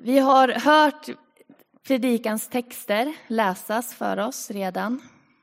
Vi har hört predikans texter läsas för oss redan.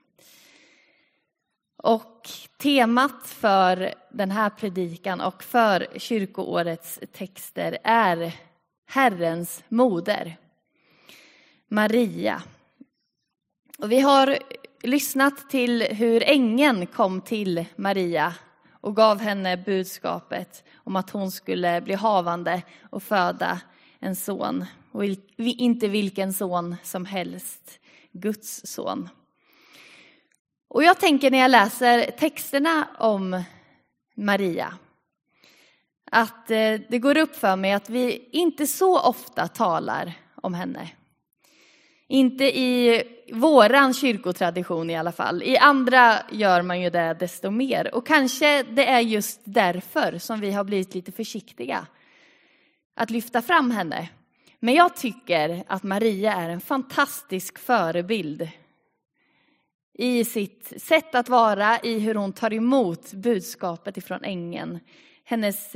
Och temat för den här predikan och för kyrkoårets texter är Herrens moder, Maria. Och vi har lyssnat till hur ängeln kom till Maria och gav henne budskapet om att hon skulle bli havande och föda en son. Och inte vilken son som helst, Guds son. Och jag tänker när jag läser texterna om Maria att det går upp för mig att vi inte så ofta talar om henne. Inte i våran kyrkotradition i alla fall. I andra gör man ju det desto mer. Och kanske det är just därför som vi har blivit lite försiktiga att lyfta fram henne. Men jag tycker att Maria är en fantastisk förebild i sitt sätt att vara, i hur hon tar emot budskapet ifrån ängeln. Hennes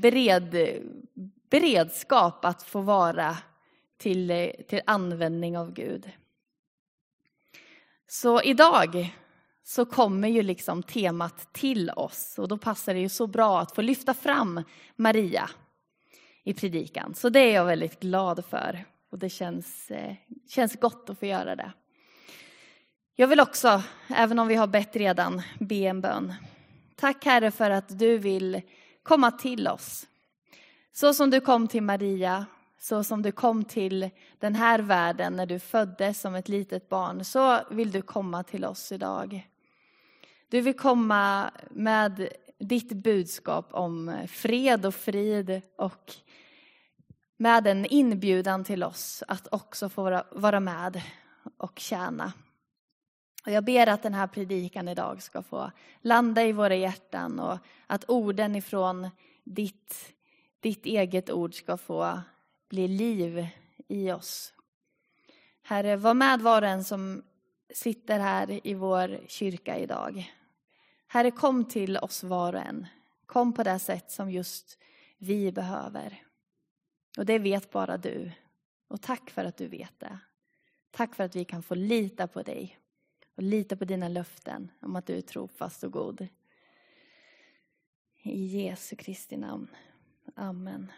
beredskap att få vara till användning av Gud. Så idag så kommer ju liksom temat till oss. Och då passar det ju så bra att få lyfta fram Maria i predikan. Så det är jag väldigt glad för. Och det känns gott att få göra det. Jag vill också, även om vi har bett redan, be en bön. Tack Herre för att du vill komma till oss. Så som du kom till Maria, så som du kom till den här världen när du föddes som ett litet barn, så vill du komma till oss idag. Du vill komma med ditt budskap om fred och frid och med en inbjudan till oss att också få vara med och tjäna. Och jag ber att den här predikan idag ska få landa i våra hjärtan och att orden ifrån ditt eget ord ska få bli liv i oss. Herre, var med var och en som sitter här i vår kyrka idag. Herre, kom till oss var och en. Kom på det sätt som just vi behöver. Och det vet bara du. Och tack för att du vet det. Tack för att vi kan få lita på dig. Och lita på dina löften om att du är trofast och god. I Jesu Kristi namn. Amen.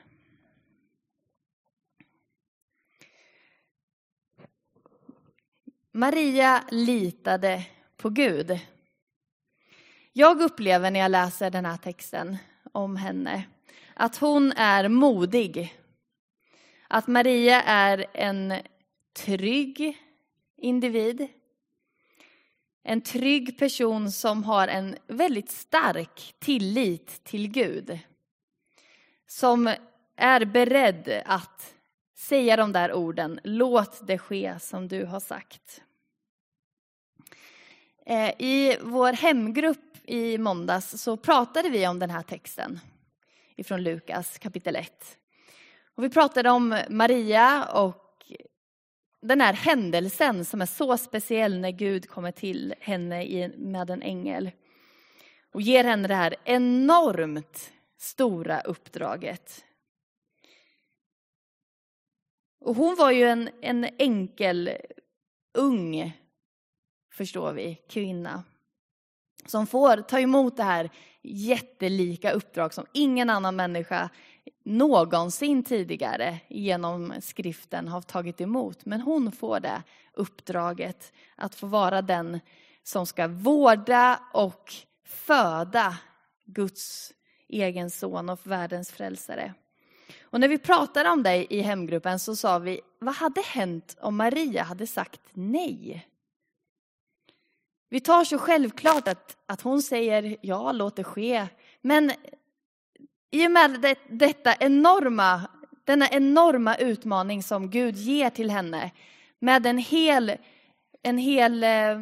Maria litade på Gud. Jag upplever när jag läser den här texten om henne att hon är modig. Att Maria är en trygg individ. En trygg person som har en väldigt stark tillit till Gud. Som är beredd att säga de där orden. Låt det ske som du har sagt. I vår hemgrupp i måndags så pratade vi om den här texten. Ifrån Lukas kapitel 1. Och vi pratade om Maria och den här händelsen som är så speciell när Gud kommer till henne med en ängel. Och ger henne det här enormt stora uppdraget. Och hon var ju en enkel, ung, förstår vi, kvinna. Som får ta emot det här jättelika uppdrag som ingen annan människa någonsin tidigare genom skriften har tagit emot. Men hon får det uppdraget att få vara den som ska vårda och föda Guds egen son och världens frälsare. Och när vi pratade om det i hemgruppen så sa vi, vad hade hänt om Maria hade sagt nej? Vi tar så självklart att hon säger ja, låt det ske. Men i och med denna enorma utmaning som Gud ger till henne. Med en hel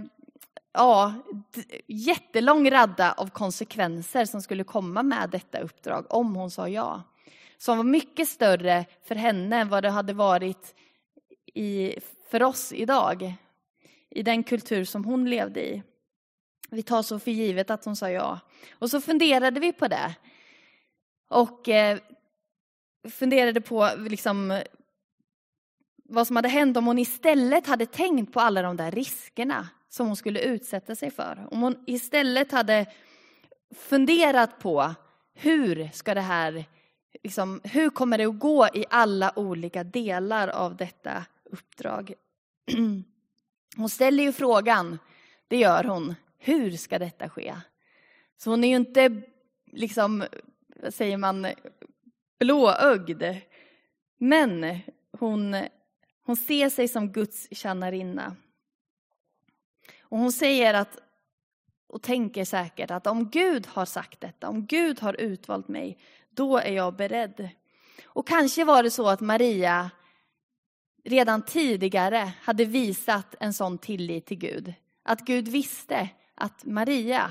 jättelång radda av konsekvenser som skulle komma med detta uppdrag om hon sa ja. Som var mycket större för henne än vad det hade varit för oss idag. I den kultur som hon levde i. Vi tar så för givet att hon sa ja. Och så funderade vi på det. Och funderade på liksom vad som hade hänt om hon istället hade tänkt på alla de där riskerna som hon skulle utsätta sig för. Om hon istället hade funderat på hur ska det här, hur kommer det att gå i alla olika delar av detta uppdrag. Hon ställer ju frågan, det gör hon, hur ska detta ske? Så hon är ju inte vad säger man, blåögd. Men hon ser sig som Guds tjänarinna. Och hon säger och tänker säkert att om Gud har sagt detta, om Gud har utvalt mig, då är jag beredd. Och kanske var det så att Maria redan tidigare hade visat en sån tillit till Gud. Att Gud visste att Maria,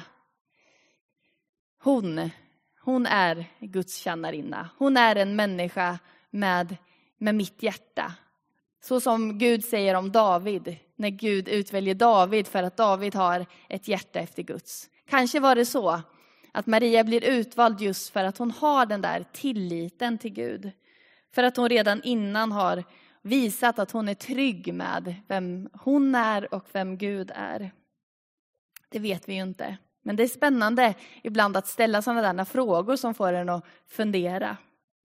hon är Guds tjänarinna. Hon är en människa med mitt hjärta. Så som Gud säger om David, när Gud utväljer David för att David har ett hjärta efter Guds. Kanske var det så att Maria blir utvald just för att hon har den där tilliten till Gud. För att hon redan innan har visat att hon är trygg med vem hon är och vem Gud är. Det vet vi ju inte. Men det är spännande ibland att ställa sådana där frågor som får en att fundera.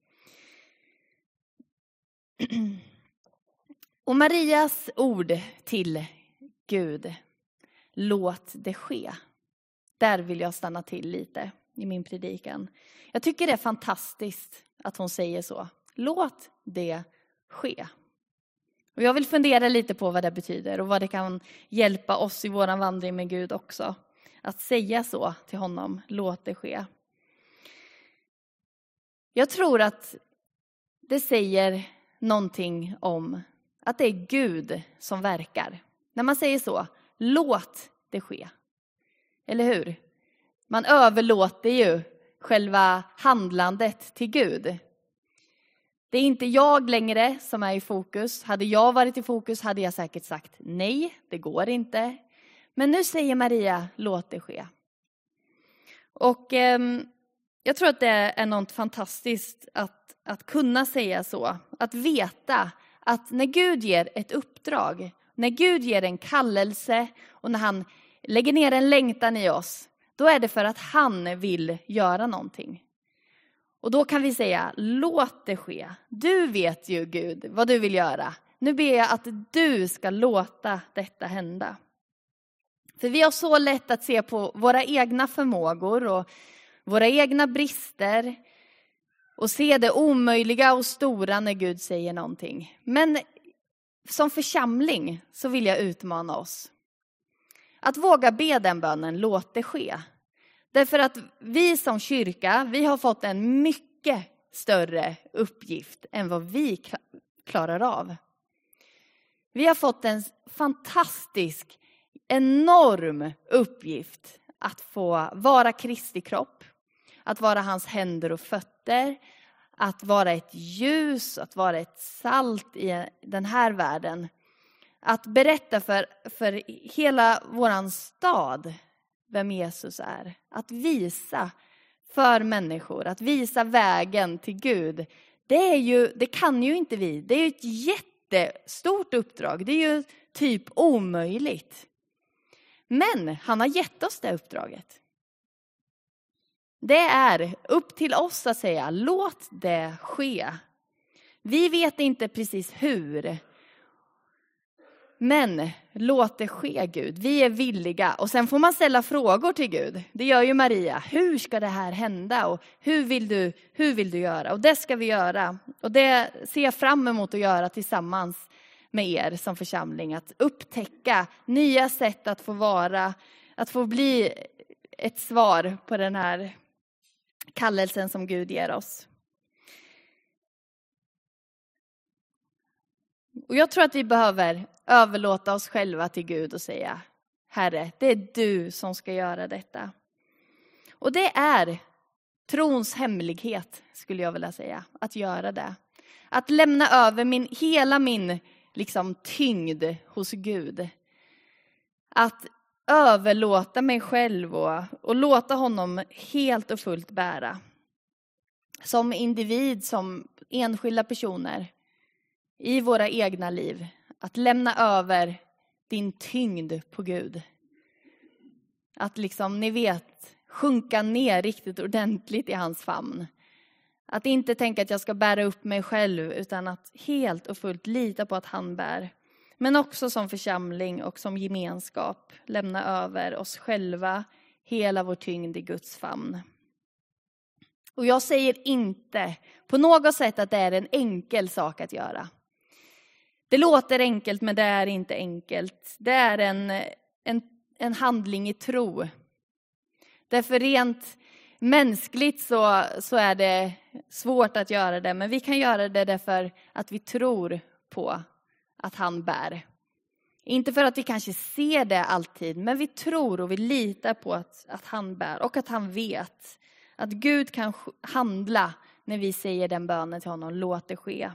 Och Marias ord till Gud, låt det ske. Där vill jag stanna till lite i min predikan. Jag tycker det är fantastiskt att hon säger så. Låt det ske. Och jag vill fundera lite på vad det betyder och vad det kan hjälpa oss i våran vandring med Gud också. Att säga så till honom, låt det ske. Jag tror att det säger någonting om att det är Gud som verkar. När man säger så, låt det ske. Eller hur? Man överlåter ju själva handlandet till Gud. Det är inte jag längre som är i fokus. Hade jag varit i fokus hade jag säkert sagt nej, det går inte. Men nu säger Maria, låt det ske. Och jag tror att det är något fantastiskt att kunna säga så. Att veta att när Gud ger ett uppdrag, när Gud ger en kallelse och när han lägger ner en längtan i oss, då är det för att han vill göra någonting. Och då kan vi säga, låt det ske. Du vet ju Gud vad du vill göra. Nu ber jag att du ska låta detta hända. För vi har så lätt att se på våra egna förmågor och våra egna brister och se det omöjliga och stora när Gud säger någonting. Men som församling så vill jag utmana oss. Att våga be den bönen, låt det ske. Därför att vi som kyrka, vi har fått en mycket större uppgift än vad vi klarar av. Vi har fått en fantastisk, enorm uppgift att få vara Kristi kropp. Att vara hans händer och fötter. Att vara ett ljus, att vara ett salt i den här världen. Att berätta för hela våran stad vem Jesus är. Att visa för människor, att visa vägen till Gud. Det kan ju inte vi. Det är ju ett jättestort uppdrag. Det är ju typ omöjligt. Men han har gett oss det uppdraget. Det är upp till oss att säga, låt det ske. Vi vet inte precis hur. Men låt det ske, Gud. Vi är villiga. Och sen får man ställa frågor till Gud. Det gör ju Maria. Hur ska det här hända? Och hur vill du göra? Och det ska vi göra. Och det ser jag fram emot att göra tillsammans med er som församling. Att upptäcka nya sätt att få vara. Att få bli ett svar på den här kallelsen som Gud ger oss. Och jag tror att vi behöver överlåta oss själva till Gud och säga, Herre, det är du som ska göra detta. Och det är trons hemlighet, skulle jag vilja säga, att göra det. Att lämna över hela min tyngd hos Gud. Att överlåta mig själv och låta honom helt och fullt bära. Som individ, som enskilda personer. i våra egna liv att lämna över din tyngd på Gud. Att liksom, ni vet, sjunka ner riktigt ordentligt i hans famn. Att inte tänka att jag ska bära upp mig själv, utan att helt och fullt lita på att han bär. Men också som församling och som gemenskap lämna över oss själva, hela vår tyngd i Guds famn. Och jag säger inte på något sätt att det är en enkel sak att göra. Det låter enkelt, men det är inte enkelt. Det är en handling i tro. Därför rent mänskligt så är det svårt att göra det. Men vi kan göra det därför att vi tror på att han bär. Inte för att vi kanske ser det alltid, men vi tror och vi litar på att han bär. Och att han vet att Gud kan handla när vi säger den bönen till honom. Låt det ske.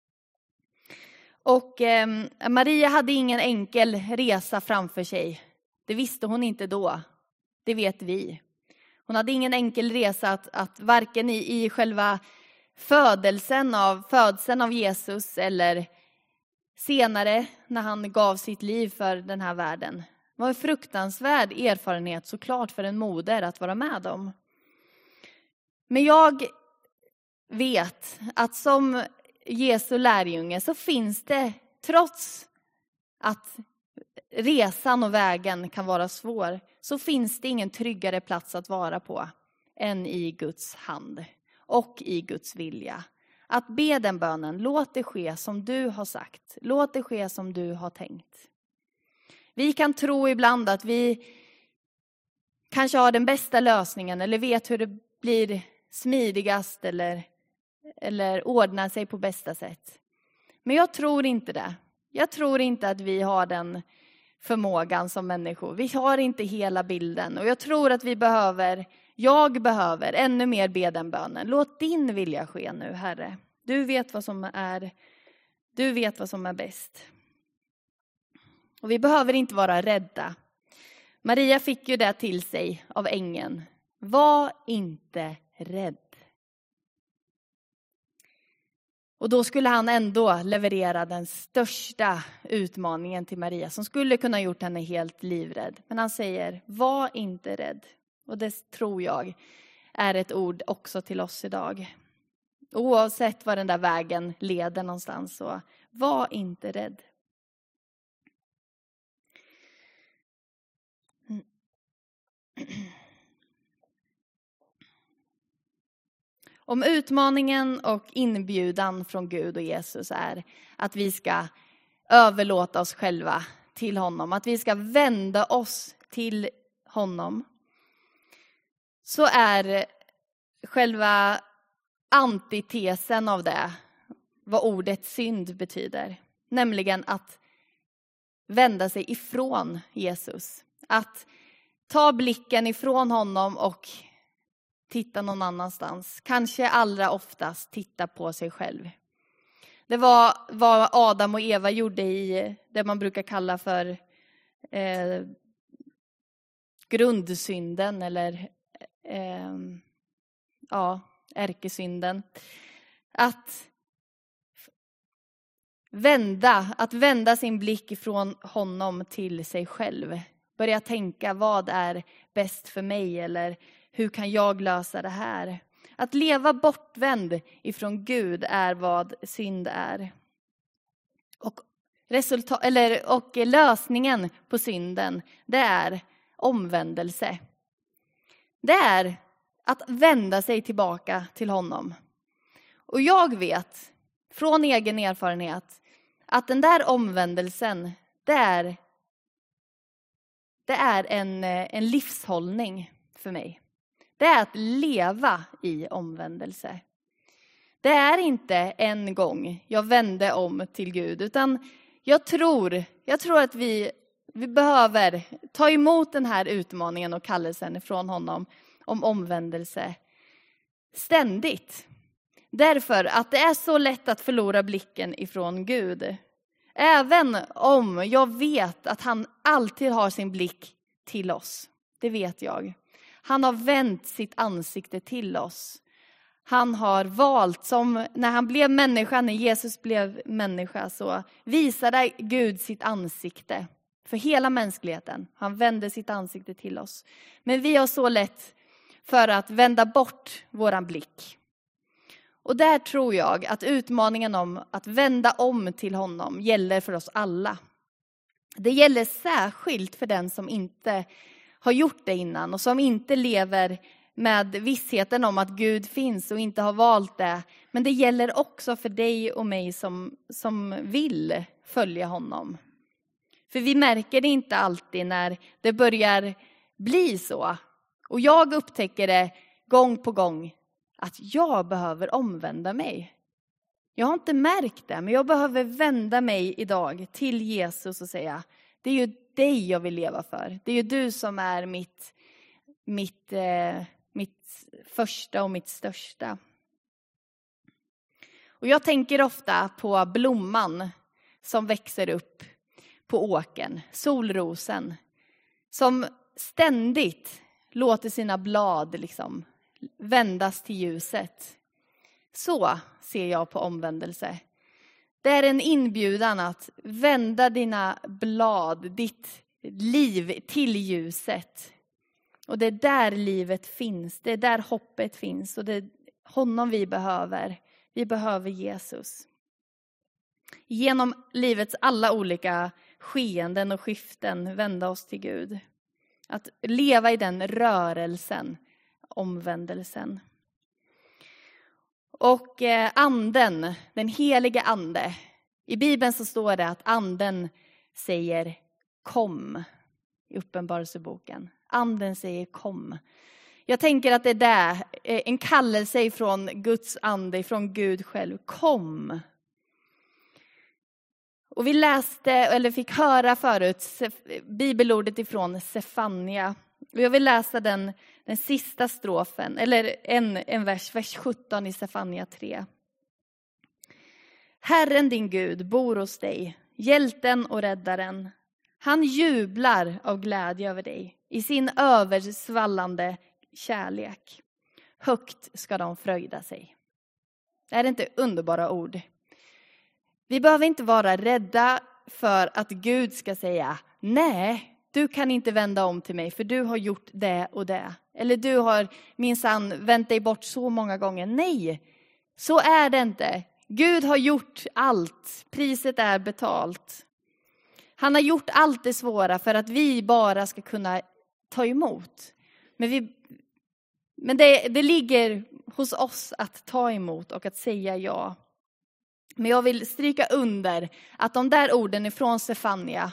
Och Maria hade ingen enkel resa framför sig. Det visste hon inte då. Det vet vi. Hon hade ingen enkel resa att varken i själva födseln av Jesus eller senare när han gav sitt liv för den här världen. Det var en fruktansvärd erfarenhet såklart för en moder att vara med om. Men jag vet att som Jesu lärjunge så finns det, trots att resan och vägen kan vara svår, så finns det ingen tryggare plats att vara på än i Guds hand och i Guds vilja. Att be den bönen, låt det ske som du har sagt, låt det ske som du har tänkt. Vi kan tro ibland att vi kanske har den bästa lösningen eller vet hur det blir smidigast eller ordnar sig på bästa sätt. Men jag tror inte det. Jag tror inte att vi har den förmågan som människor. Vi har inte hela bilden. Och jag tror att jag behöver ännu mer be den bönen. Låt din vilja ske nu, Herre. Du vet vad som är bäst. Och vi behöver inte vara rädda. Maria fick ju det till sig av ängeln. Var inte rädd. Och då skulle han ändå leverera den största utmaningen till Maria som skulle kunna gjort henne helt livrädd. Men han säger, var inte rädd. Och det tror jag är ett ord också till oss idag. Oavsett var den där vägen leder någonstans, så var inte rädd. Om utmaningen och inbjudan från Gud och Jesus är att vi ska överlåta oss själva till honom, att vi ska vända oss till honom, så är själva antitesen av det vad ordet synd betyder. Nämligen att vända sig ifrån Jesus. Att ta blicken ifrån honom och titta någon annanstans. Kanske allra oftast titta på sig själv. Det var vad Adam och Eva gjorde i det man brukar kalla för grundsynden eller ärkesynden. Att vända sin blick ifrån honom till sig själv. Börja tänka, vad är bäst för mig eller hur kan jag lösa det här? Att leva bortvänd ifrån Gud är vad synd är. Och lösningen på synden, det är omvändelse. Det är att vända sig tillbaka till honom. Och jag vet från egen erfarenhet att den där omvändelsen, det är en livshållning för mig. Det är att leva i omvändelse. Det är inte en gång jag vände om till Gud, utan jag tror att vi behöver ta emot den här utmaningen och kallelsen från honom om omvändelse ständigt. Därför att det är så lätt att förlora blicken ifrån Gud. Även om jag vet att han alltid har sin blick till oss. Det vet jag. Han har vänt sitt ansikte till oss. han har valt, som när han blev människa, när Jesus blev människa, så visade Gud sitt ansikte för hela mänskligheten. Han vände sitt ansikte till oss. Men vi har så lätt för att vända bort våran blick. Och där tror jag att utmaningen om att vända om till honom gäller för oss alla. Det gäller särskilt för den som inte har gjort det innan och som inte lever med vissheten om att Gud finns och inte har valt det. Men det gäller också för dig och mig som vill följa honom. För vi märker det inte alltid när det börjar bli så. Och jag upptäcker det gång på gång att jag behöver omvända mig. Jag har inte märkt det, men jag behöver vända mig idag till Jesus och säga: det är ju dig jag vill leva för. Det är ju du som är mitt första och mitt största. Och jag tänker ofta på blomman som växer upp på åkern, solrosen, som ständigt låter sina blad liksom vändas till ljuset. Så ser jag på omvändelse. Det är en inbjudan att vända dina blad, ditt liv till ljuset. Och det är där livet finns, det är där hoppet finns och det är honom vi behöver. Vi behöver Jesus. Genom livets alla olika skeenden och skiften vända oss till Gud. Att leva i den rörelsen, omvändelsen. Och anden, den heliga ande. I Bibeln så står det att anden säger kom i Uppenbarelseboken. Anden säger kom. Jag tänker att det är där en kallelse från Guds ande, från Gud själv. Kom. Och vi läste, eller fick höra förut, bibelordet ifrån Sefania. Och jag vill läsa den sista strofen, eller en vers 17 i Sefania 3. Herren din Gud bor hos dig, hjälten och räddaren. Han jublar av glädje över dig i sin översvallande kärlek. Högt ska de fröjda sig. Är det inte underbara ord? Vi behöver inte vara rädda för att Gud ska säga nej, du kan inte vända om till mig för du har gjort det och det. Eller du har minsann vänt dig bort så många gånger. Nej, så är det inte. Gud har gjort allt. Priset är betalt. Han har gjort allt det svåra för att vi bara ska kunna ta emot. Men det ligger hos oss att ta emot och att säga ja. Men jag vill stryka under att de där orden ifrån Sefania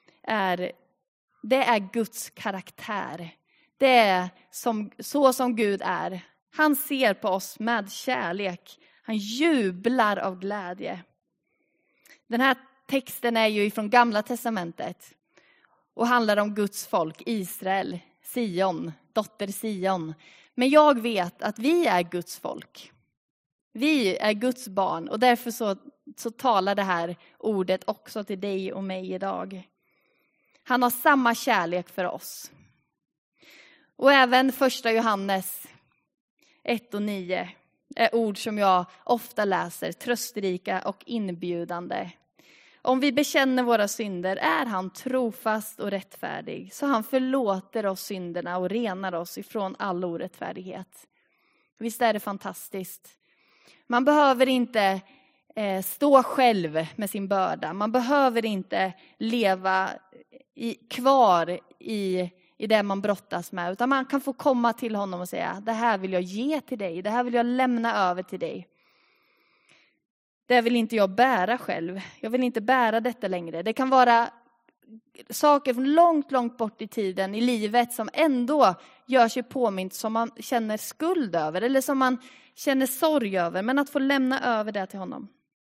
det är Guds karaktär. Det är så som Gud är. Han ser på oss med kärlek. Han jublar av glädje. Den här texten är ju från Gamla testamentet och handlar om Guds folk, Israel, Sion, dotter Sion. Men jag vet att vi är Guds folk. Vi är Guds barn och därför så talar det här ordet också till dig och mig idag. Han har samma kärlek för oss. Och även första Johannes 1:9 är ord som jag ofta läser, trösterika och inbjudande. Om vi bekänner våra synder är han trofast och rättfärdig, så han förlåter oss synderna och renar oss ifrån all orättfärdighet. Visst är det fantastiskt? Man behöver inte stå själv med sin börda. Man behöver inte leva kvar i det man brottas med. Utan man kan få komma till honom och säga: det här vill jag ge till dig. Det här vill jag lämna över till dig. Det vill inte jag bära själv. Jag vill inte bära detta längre. Det kan vara saker från långt, långt bort i tiden i livet som ändå gör sig påmint, som man känner skuld över eller som man känner sorg över. Men att få lämna över det till honom.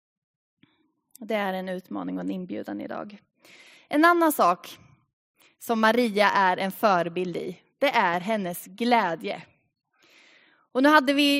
Det är en utmaning och en inbjudan idag. En annan sak som Maria är en förebild i, det är hennes glädje. Och nu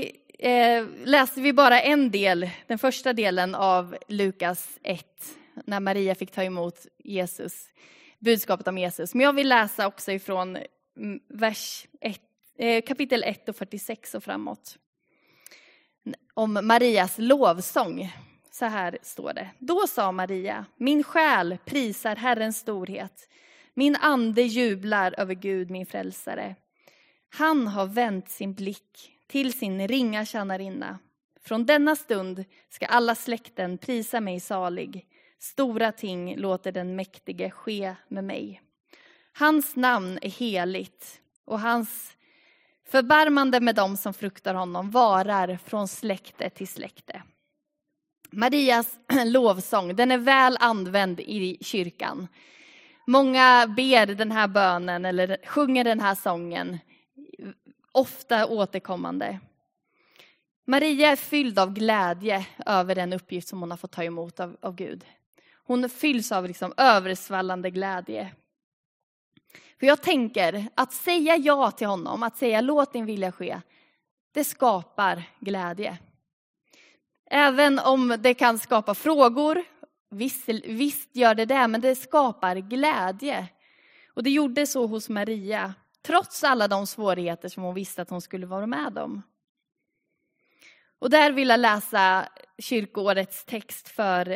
läste vi bara en del, den första delen av Lukas 1, när Maria fick ta emot Jesus, budskapet om Jesus. Men jag vill läsa också ifrån kapitel 1 och 46 och framåt. om Marias lovsång. Så här står det. Då sa Maria, min själ prisar Herrens storhet. Min ande jublar över Gud, min frälsare. Han har vänt sin blick till sin ringa tjänarinna. Från denna stund ska alla släkten prisa mig salig. Stora ting låter den mäktige ske med mig. Hans namn är heligt och hans förbarmande med dem som fruktar honom varar från släkte till släkte. Marias lovsång, den är väl använd i kyrkan. Många ber den här bönen eller sjunger den här sången, ofta återkommande. Maria är fylld av glädje över den uppgift som hon har fått ta emot av Gud. Hon fylls av översvallande glädje. För jag tänker att säga ja till honom, att säga låt din vilja ske, det skapar glädje. Även om det kan skapa frågor, visst gör det, men det skapar glädje. Och det gjorde så hos Maria, trots alla de svårigheter som hon visste att hon skulle vara med om. Och där vill jag läsa kyrkoårets text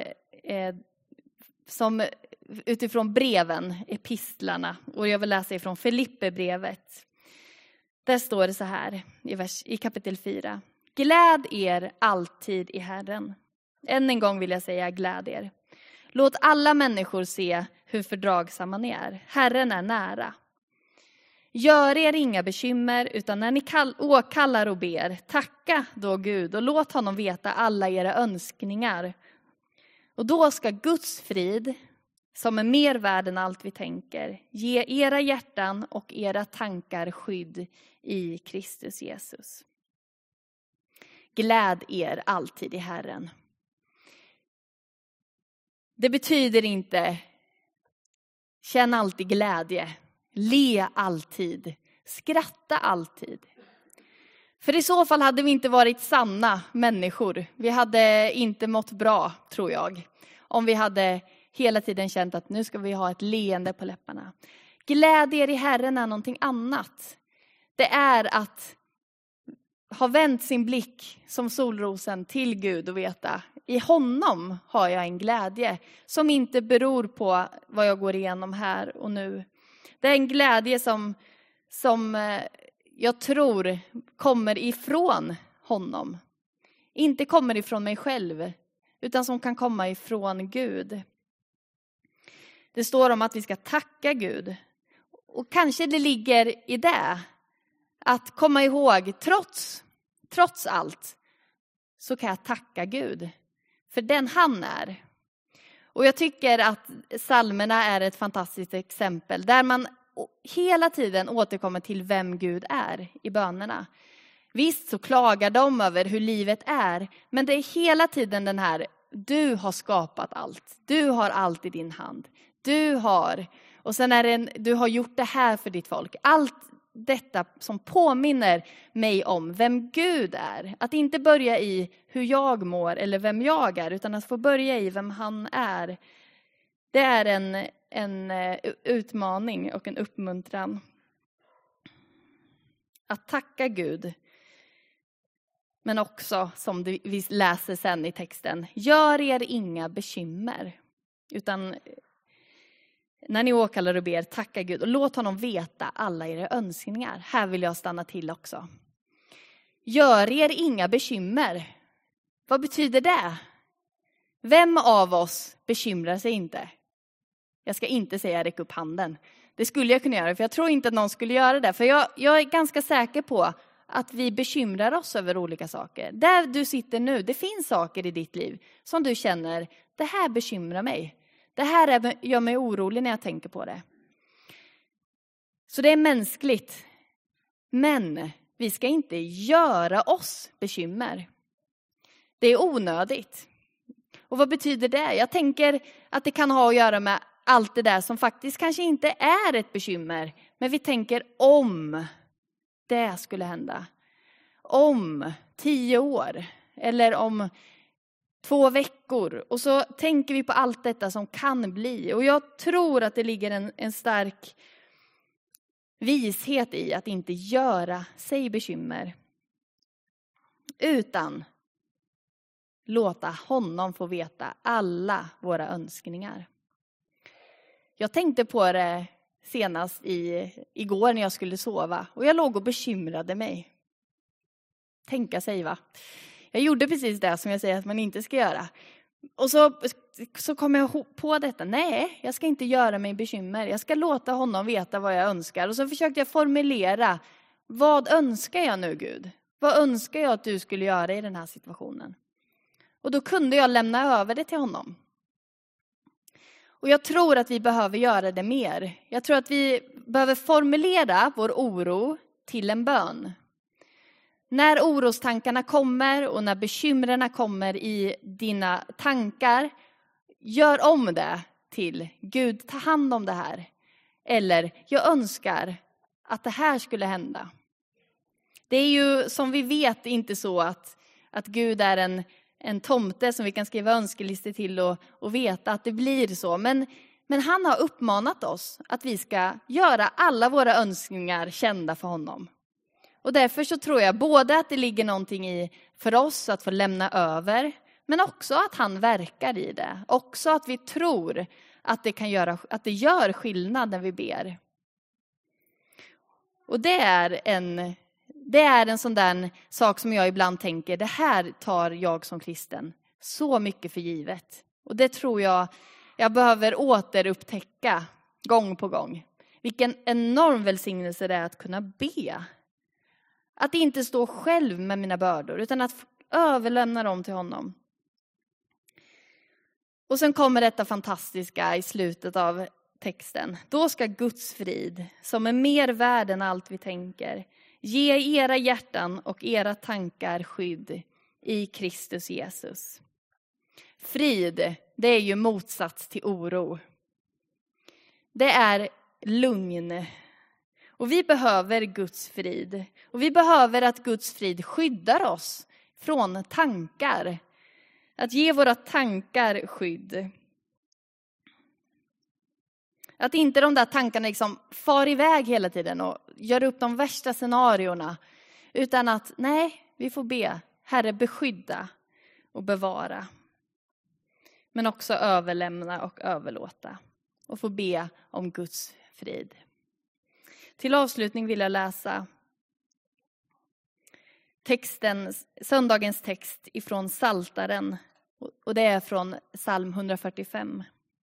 som utifrån breven, epistlarna. Och jag vill läsa ifrån Filipperbrevet. Där står det så här i kapitel 4. Gläd er alltid i Herren. Än en gång vill jag säga gläd er. Låt alla människor se hur fördragsamma ni är. Herren är nära. Gör er inga bekymmer, utan när ni åkallar och ber, tacka då Gud och låt honom veta alla era önskningar. Och då ska Guds frid, som är mer värd än allt vi tänker, ge era hjärtan och era tankar skydd i Kristus Jesus. Gläd er alltid i Herren. Det betyder inte känn alltid glädje, le alltid, skratta alltid. För i så fall hade vi inte varit sanna människor. Vi hade inte mått bra, tror jag. Om vi hade hela tiden känt att nu ska vi ha ett leende på läpparna. Glädje i Herren är någonting annat. Det är att ha vänt sin blick som solrosen till Gud och veta, i honom har jag en glädje som inte beror på vad jag går igenom här och nu. Det är en glädje som jag tror kommer ifrån honom. Inte kommer ifrån mig själv, utan som kan komma ifrån Gud. Det står om att vi ska tacka Gud. Och kanske det ligger i det. Att komma ihåg, trots allt, så kan jag tacka Gud. För den han är. Och jag tycker att psalmerna är ett fantastiskt exempel. Där man hela tiden återkommer till vem Gud är i bönerna. Visst så klagar de över hur livet är. Men det är hela tiden den här, du har skapat allt. Du har allt i din hand. Och sen är det du har gjort det här för ditt folk. Allt detta som påminner mig om vem Gud är. Att inte börja i hur jag mår eller vem jag är. Utan att få börja i vem han är. Det är en utmaning och en uppmuntran. Att tacka Gud. Men också, som vi läser sen i texten, gör er inga bekymmer. Utan när ni åkallar och ber, tacka Gud och låt honom veta alla era önskningar. Här vill jag stanna till också. Gör er inga bekymmer. Vad betyder det? Vem av oss bekymrar sig inte? Jag ska inte säga räck upp handen. Det skulle jag kunna göra, för jag tror inte att någon skulle göra det. För jag är ganska säker på att vi bekymrar oss över olika saker. Där du sitter nu, det finns saker i ditt liv som du känner, det här bekymrar mig. Det här gör mig orolig när jag tänker på det. Så det är mänskligt. Men vi ska inte göra oss bekymmer. Det är onödigt. Och vad betyder det? Jag tänker att det kan ha att göra med allt det där som faktiskt kanske inte är ett bekymmer. Men vi tänker om det skulle hända. Om 10 år. Eller om 2 veckor. Och så tänker vi på allt detta som kan bli. Och jag tror att det ligger en stark vishet i att inte göra sig bekymmer. Utan låta honom få veta alla våra önskningar. Jag tänkte på det senast igår när jag skulle sova. Och jag låg och bekymrade mig. Tänka sig, va? Jag gjorde precis det som jag säger att man inte ska göra. Och så kom jag på detta. Nej, jag ska inte göra mig bekymmer. Jag ska låta honom veta vad jag önskar. Och så försökte jag formulera. Vad önskar jag nu, Gud? Vad önskar jag att du skulle göra i den här situationen? Och då kunde jag lämna över det till honom. Och jag tror att vi behöver göra det mer. Jag tror att vi behöver formulera vår oro till en bön. När orostankarna kommer och när bekymren kommer i dina tankar, gör om det till Gud, ta hand om det här. Eller jag önskar att det här skulle hända. Det är ju som vi vet inte så att Gud är en tomte som vi kan skriva önskelistor till och veta att det blir så. Men han har uppmanat oss att vi ska göra alla våra önskningar kända för honom. Och därför så tror jag både att det ligger någonting i för oss att få lämna över, men också att han verkar i det. Också att vi tror att det gör skillnad när vi ber. Och det är en sån där sak som jag ibland tänker, det här tar jag som kristen så mycket för givet. Och det tror jag behöver återupptäcka gång på gång. Vilken enorm välsignelse det är att kunna be. Att inte stå själv med mina bördor, utan att överlämna dem till honom. Och sen kommer detta fantastiska i slutet av texten. Då ska Guds frid, som är mer värd än allt vi tänker, ge era hjärtan och era tankar skydd i Kristus Jesus. Frid, det är ju motsats till oro. Det är lugn. Och vi behöver Guds frid. Och vi behöver att Guds frid skyddar oss från tankar. Att ge våra tankar skydd. Att inte de där tankarna liksom far iväg hela tiden och gör upp de värsta scenarierna. Utan att, nej, vi får be, Herre, beskydda och bevara. Men också överlämna och överlåta. Och få be om Guds frid. Till avslutning vill jag läsa söndagens text ifrån Psaltaren. Och det är från psalm 145.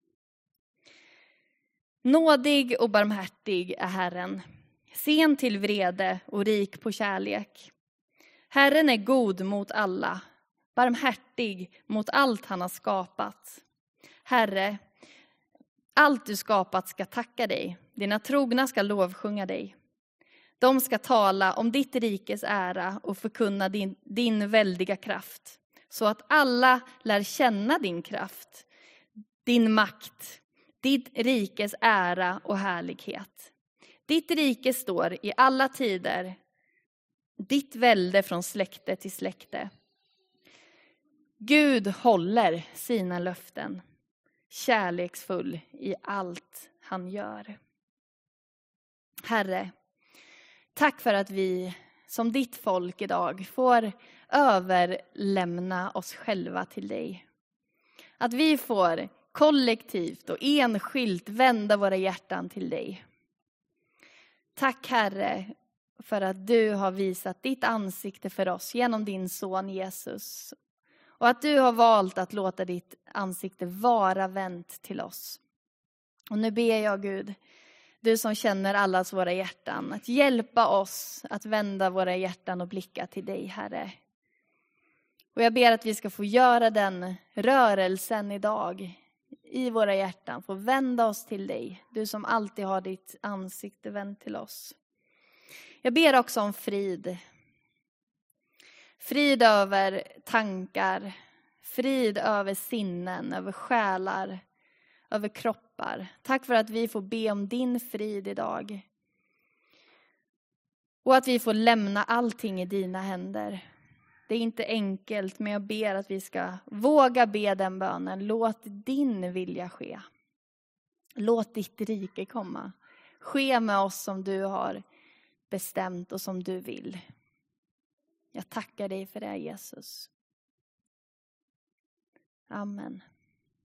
Nådig och barmhärtig är Herren, sen till vrede och rik på kärlek. Herren är god mot alla, barmhärtig mot allt han har skapat. Herre, allt du skapat ska tacka dig, dina trogna ska lovsjunga dig. De ska tala om ditt rikes ära och förkunna din väldiga kraft, så att alla lär känna din kraft, din makt, ditt rikes ära och härlighet. Ditt rike står i alla tider, ditt välde från släkte till släkte. Gud håller sina löften, kärleksfull i allt han gör. Herre, tack för att vi som ditt folk idag får överlämna oss själva till dig. Att vi får kollektivt och enskilt vända våra hjärtan till dig. Tack Herre för att du har visat ditt ansikte för oss genom din son Jesus. Och att du har valt att låta ditt ansikte vara vänt till oss. Och nu ber jag Gud, du som känner allas våra hjärtan, att hjälpa oss att vända våra hjärtan och blicka till dig, Herre. Och jag ber att vi ska få göra den rörelsen idag i våra hjärtan. Få vända oss till dig, du som alltid har ditt ansikte vänt till oss. Jag ber också om frid. Frid över tankar, frid över sinnen, över själar, över kroppar. Tack för att vi får be om din frid idag. Och att vi får lämna allting i dina händer. Det är inte enkelt, men jag ber att vi ska våga be den bönen. Låt din vilja ske. Låt ditt rike komma. Ske med oss som du har bestämt och som du vill. Jag tackar dig för det, Jesus. Amen.